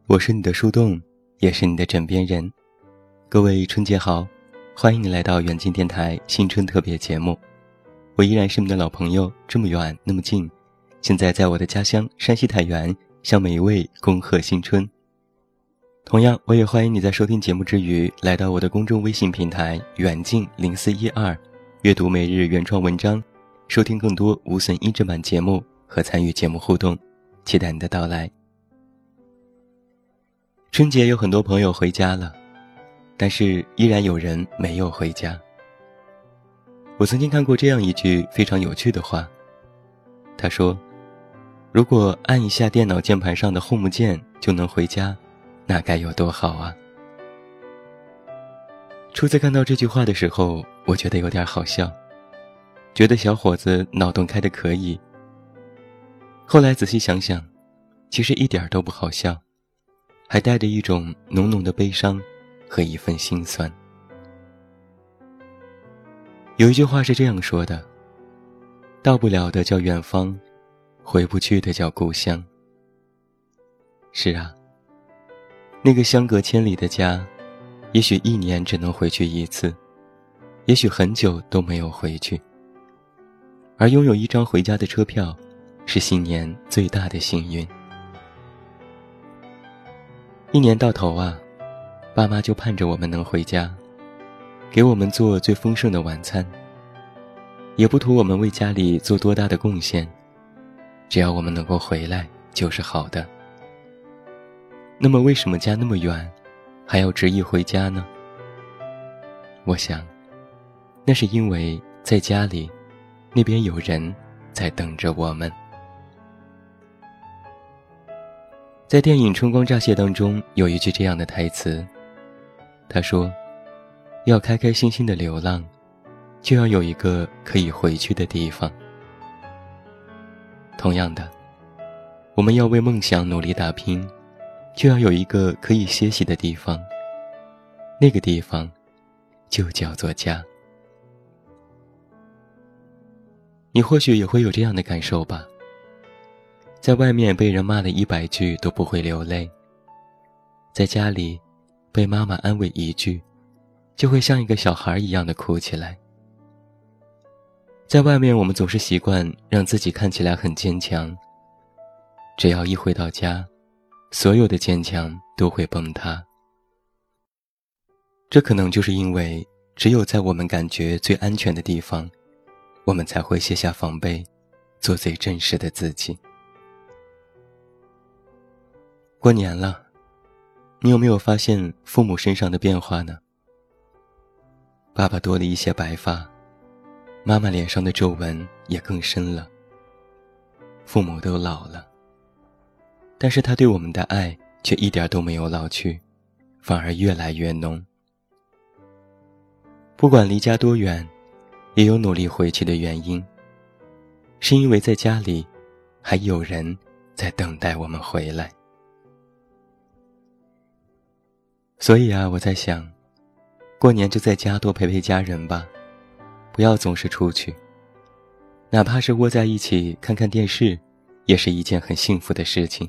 我是你的树洞，也是你的枕边人。各位春节好，欢迎你来到远近电台新春特别节目。我依然是你们的老朋友，这么远那么近，现在在我的家乡山西太原，向每一位恭贺新春。同样，我也欢迎你在收听节目之余，来到我的公众微信平台远近0412，阅读每日原创文章，收听更多无损音质版节目和参与节目互动，期待你的到来。春节有很多朋友回家了，但是依然有人没有回家。我曾经看过这样一句非常有趣的话，他说，如果按一下电脑键盘上的 Home 键就能回家，那该有多好啊。初次看到这句话的时候，我觉得有点好笑，觉得小伙子脑洞开得可以。后来仔细想想，其实一点都不好笑，还带着一种浓浓的悲伤和一份心酸。有一句话是这样说的，到不了的叫远方，回不去的叫故乡。是啊，那个相隔千里的家，也许一年只能回去一次，也许很久都没有回去。而拥有一张回家的车票，是新年最大的幸运。一年到头啊，爸妈就盼着我们能回家，给我们做最丰盛的晚餐，也不图我们为家里做多大的贡献，只要我们能够回来就是好的。那么为什么家那么远，还要执意回家呢？我想，那是因为在家里，那边有人在等着我们。在电影《春光乍泄》当中，有一句这样的台词，他说，要开开心心的流浪，就要有一个可以回去的地方。同样的，我们要为梦想努力打拼，就要有一个可以歇息的地方，那个地方就叫做家。你或许也会有这样的感受吧，在外面被人骂了100句都不会流泪，在家里被妈妈安慰一句，就会像一个小孩一样的哭起来。在外面我们总是习惯让自己看起来很坚强，只要一回到家，所有的坚强都会崩塌。这可能就是因为只有在我们感觉最安全的地方，我们才会卸下防备，做最真实的自己。过年了，你有没有发现父母身上的变化呢？爸爸多了一些白发，妈妈脸上的皱纹也更深了。父母都老了，但是他对我们的爱却一点都没有老去，反而越来越浓。不管离家多远，也有努力回去的原因，是因为在家里还有人在等待我们回来。所以啊，我在想，过年就在家多陪陪家人吧，不要总是出去，哪怕是窝在一起看看电视，也是一件很幸福的事情。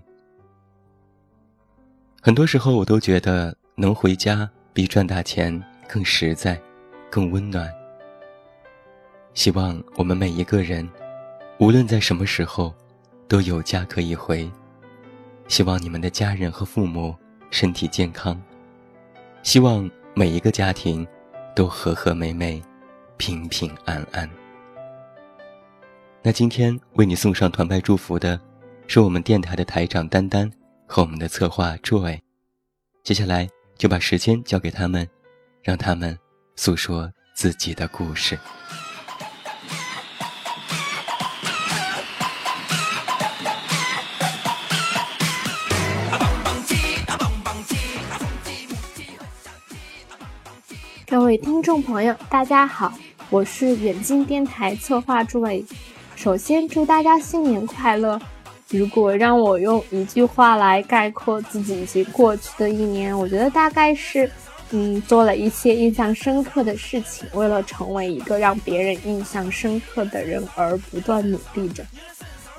很多时候我都觉得能回家比赚大钱更实在，更温暖。希望我们每一个人，无论在什么时候，都有家可以回。希望你们的家人和父母身体健康，希望每一个家庭都和和美美，平平安安。那今天为你送上团拜祝福的是我们电台的台长丹丹和我们的策划 Joy。 接下来就把时间交给他们，让他们诉说自己的故事。 各位听众朋友大家好，我是远近电台策划诸位。首先祝大家新年快乐。如果让我用一句话来概括自己已经过去的一年，我觉得大概是做了一些印象深刻的事情，为了成为一个让别人印象深刻的人而不断努力着。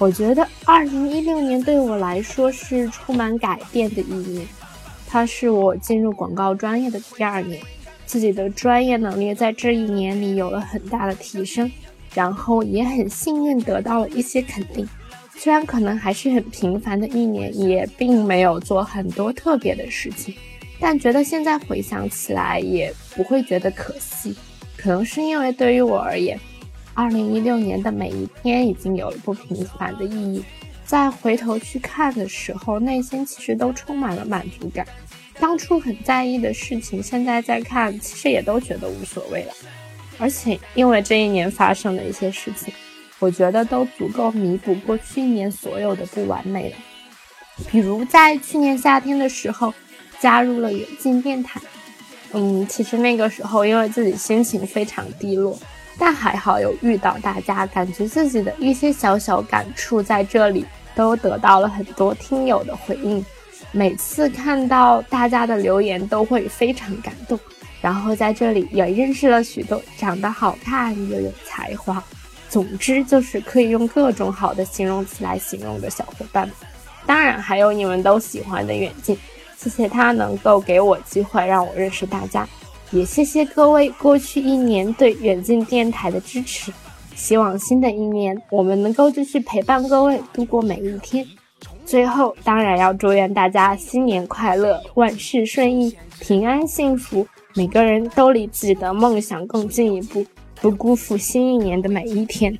我觉得2016年对我来说是充满改变的一年，它是我进入广告专业的第2年，自己的专业能力在这一年里有了很大的提升，然后也很幸运得到了一些肯定。虽然可能还是很平凡的一年，也并没有做很多特别的事情，但觉得现在回想起来也不会觉得可惜。可能是因为对于我而言，2016年的每一天已经有了不平凡的意义，在回头去看的时候，内心其实都充满了满足感。当初很在意的事情，现在再看其实也都觉得无所谓了。而且因为这一年发生的一些事情，我觉得都足够弥补过去一年所有的不完美了。比如在去年夏天的时候加入了远近电台，其实那个时候因为自己心情非常低落，但还好有遇到大家，感觉自己的一些小小感触在这里都得到了很多听友的回应。每次看到大家的留言都会非常感动，然后在这里也认识了许多长得好看又有才华，总之就是可以用各种好的形容词来形容的小伙伴们。当然还有你们都喜欢的远近，谢谢他能够给我机会让我认识大家，也谢谢各位过去一年对远近电台的支持。希望新的一年我们能够继续陪伴各位度过每一天。最后当然要祝愿大家新年快乐，万事顺意，平安幸福，每个人都离自己的梦想更进一步，不辜负新一年的每一天。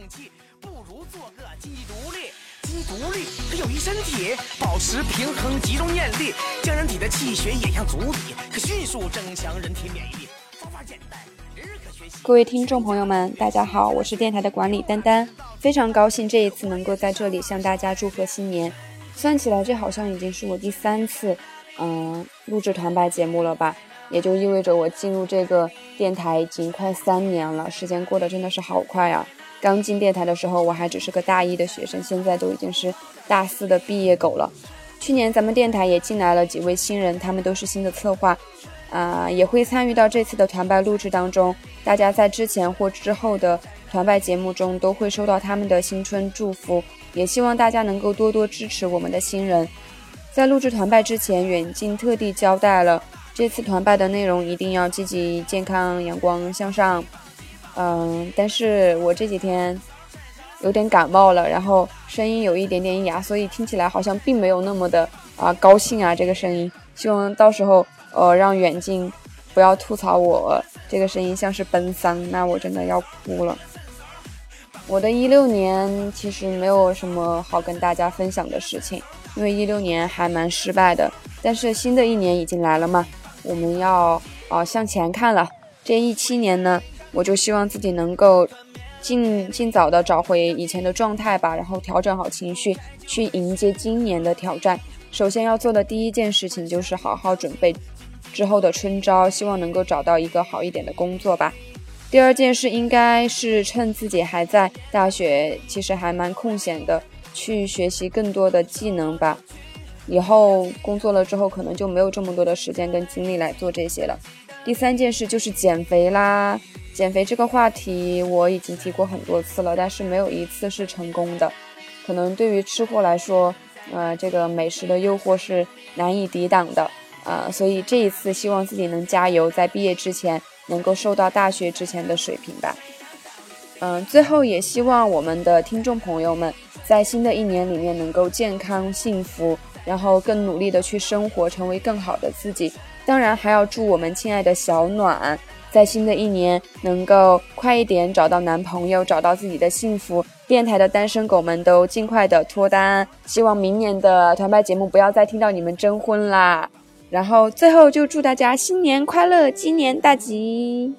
有一身铁，保持平衡，集中念力，将人体的气血引向足底，可迅速增强人体免疫力。方法简单，人人可学习。 各位听众朋友们，大家好，我是电台的管理丹丹，非常高兴这一次能够在这里向大家祝贺新年。算起来，这好像已经是我第3次录制团拜节目了吧，也就意味着我进入这个电台已经快3年了，时间过得真的是好快啊。刚进电台的时候我还只是个大1的学生，现在都已经是大4的毕业狗了。去年咱们电台也进来了几位新人，他们都是新的策划也会参与到这次的团拜录制当中。大家在之前或之后的团拜节目中都会收到他们的新春祝福，也希望大家能够多多支持我们的新人。在录制团拜之前，远近特地交代了这次团拜的内容一定要积极健康阳光向上。但是我这几天有点感冒了，然后声音有一点点哑，所以听起来好像并没有那么的高兴啊，这个声音。希望到时候让远近不要吐槽我这个声音像是奔丧，那我真的要哭了。我的16年其实没有什么好跟大家分享的事情，因为16年还蛮失败的，但是新的一年已经来了嘛，我们要向前看了。这17年呢，我就希望自己能够尽早的找回以前的状态吧，然后调整好情绪，去迎接今年的挑战。首先要做的第一件事情就是好好准备之后的春招，希望能够找到一个好一点的工作吧。第二件事应该是趁自己还在大学，其实还蛮空闲的，去学习更多的技能吧。以后工作了之后可能就没有这么多的时间跟精力来做这些了。第3件事就是减肥啦。减肥这个话题我已经提过很多次了，但是没有一次是成功的。可能对于吃货来说这个美食的诱惑是难以抵挡的所以这一次希望自己能加油，在毕业之前能够瘦到大学之前的水平吧。最后也希望我们的听众朋友们在新的一年里面能够健康幸福，然后更努力的去生活，成为更好的自己。当然还要祝我们亲爱的小暖在新的一年能够快一点找到男朋友，找到自己的幸福。电台的单身狗们都尽快的脱单，希望明年的团拜节目不要再听到你们征婚啦。然后最后就祝大家新年快乐，鸡年大吉。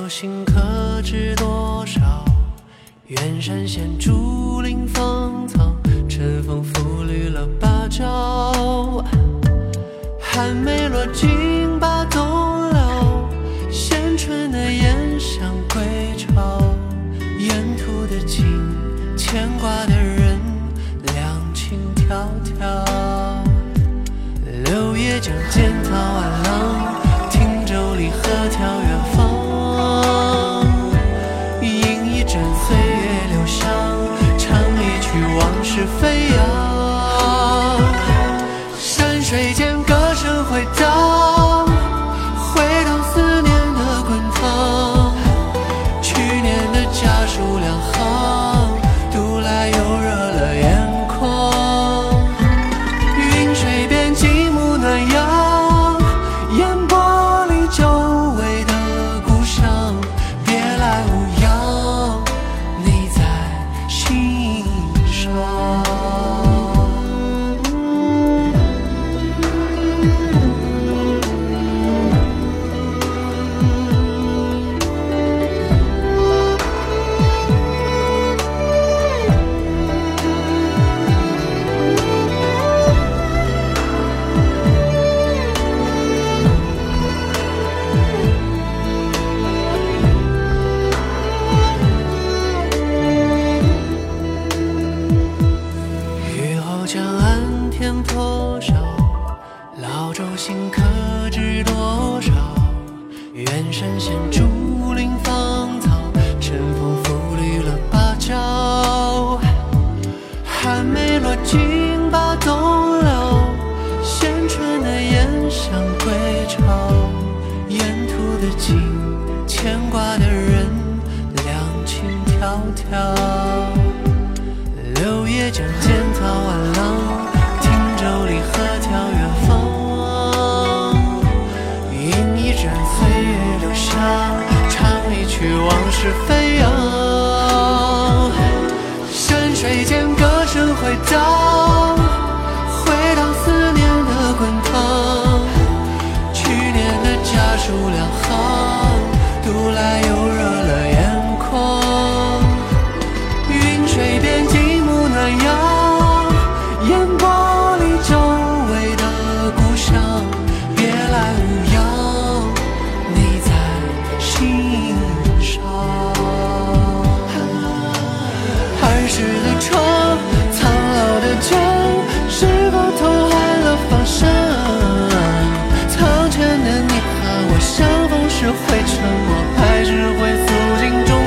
心可知多少？远山现竹林芳草，春风拂绿了芭蕉。寒梅落尽把冬了，衔春的燕想归巢。沿途的景，牵挂的人，两情迢迢。柳叶江间涛暗浪，汀州里河眺远方。饮一盏岁月留香，唱一曲往事飞扬。山水间歌声回荡，回荡思念的滚烫。去年的家书两行，读来又热了眼眶。云水边寂寞暖阳，烟波里久违的故乡。别来无恙，你在心上。雨后江岸天破晓，老舟行可知多少？远山现竹林芳草，春风拂绿了芭蕉。寒梅落尽把冬了，衔春的燕想归巢。沿途的景，牵挂的人，两情迢迢。柳叶江间涛暗浪，汀州里河眺远方。饮一盏岁月留香，唱一曲往事飞扬。山水间歌声回荡，回荡思念的滚烫。去年的家书两行，读来又热了眼眶。云水边寂寞暖阳，烟波里久违的故乡。别来无恙，你在心上。儿时的窗，苍老的酒，是否偷换了芳香？从前的你和我相逢时会沉默，还是会诉尽衷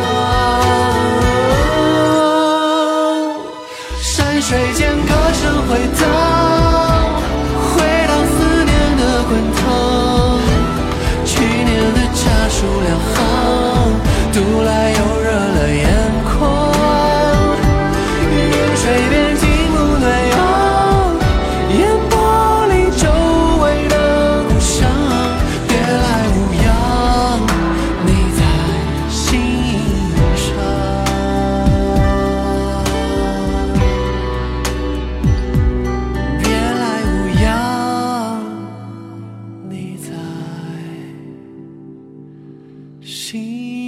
肠？山水间歌声回荡，回荡思念的滚烫。去年的家书两行，读来又热了眼眶。云水边寂寞暖阳，烟波里久违的故乡。别来无恙，你在心上。别来无恙，你在心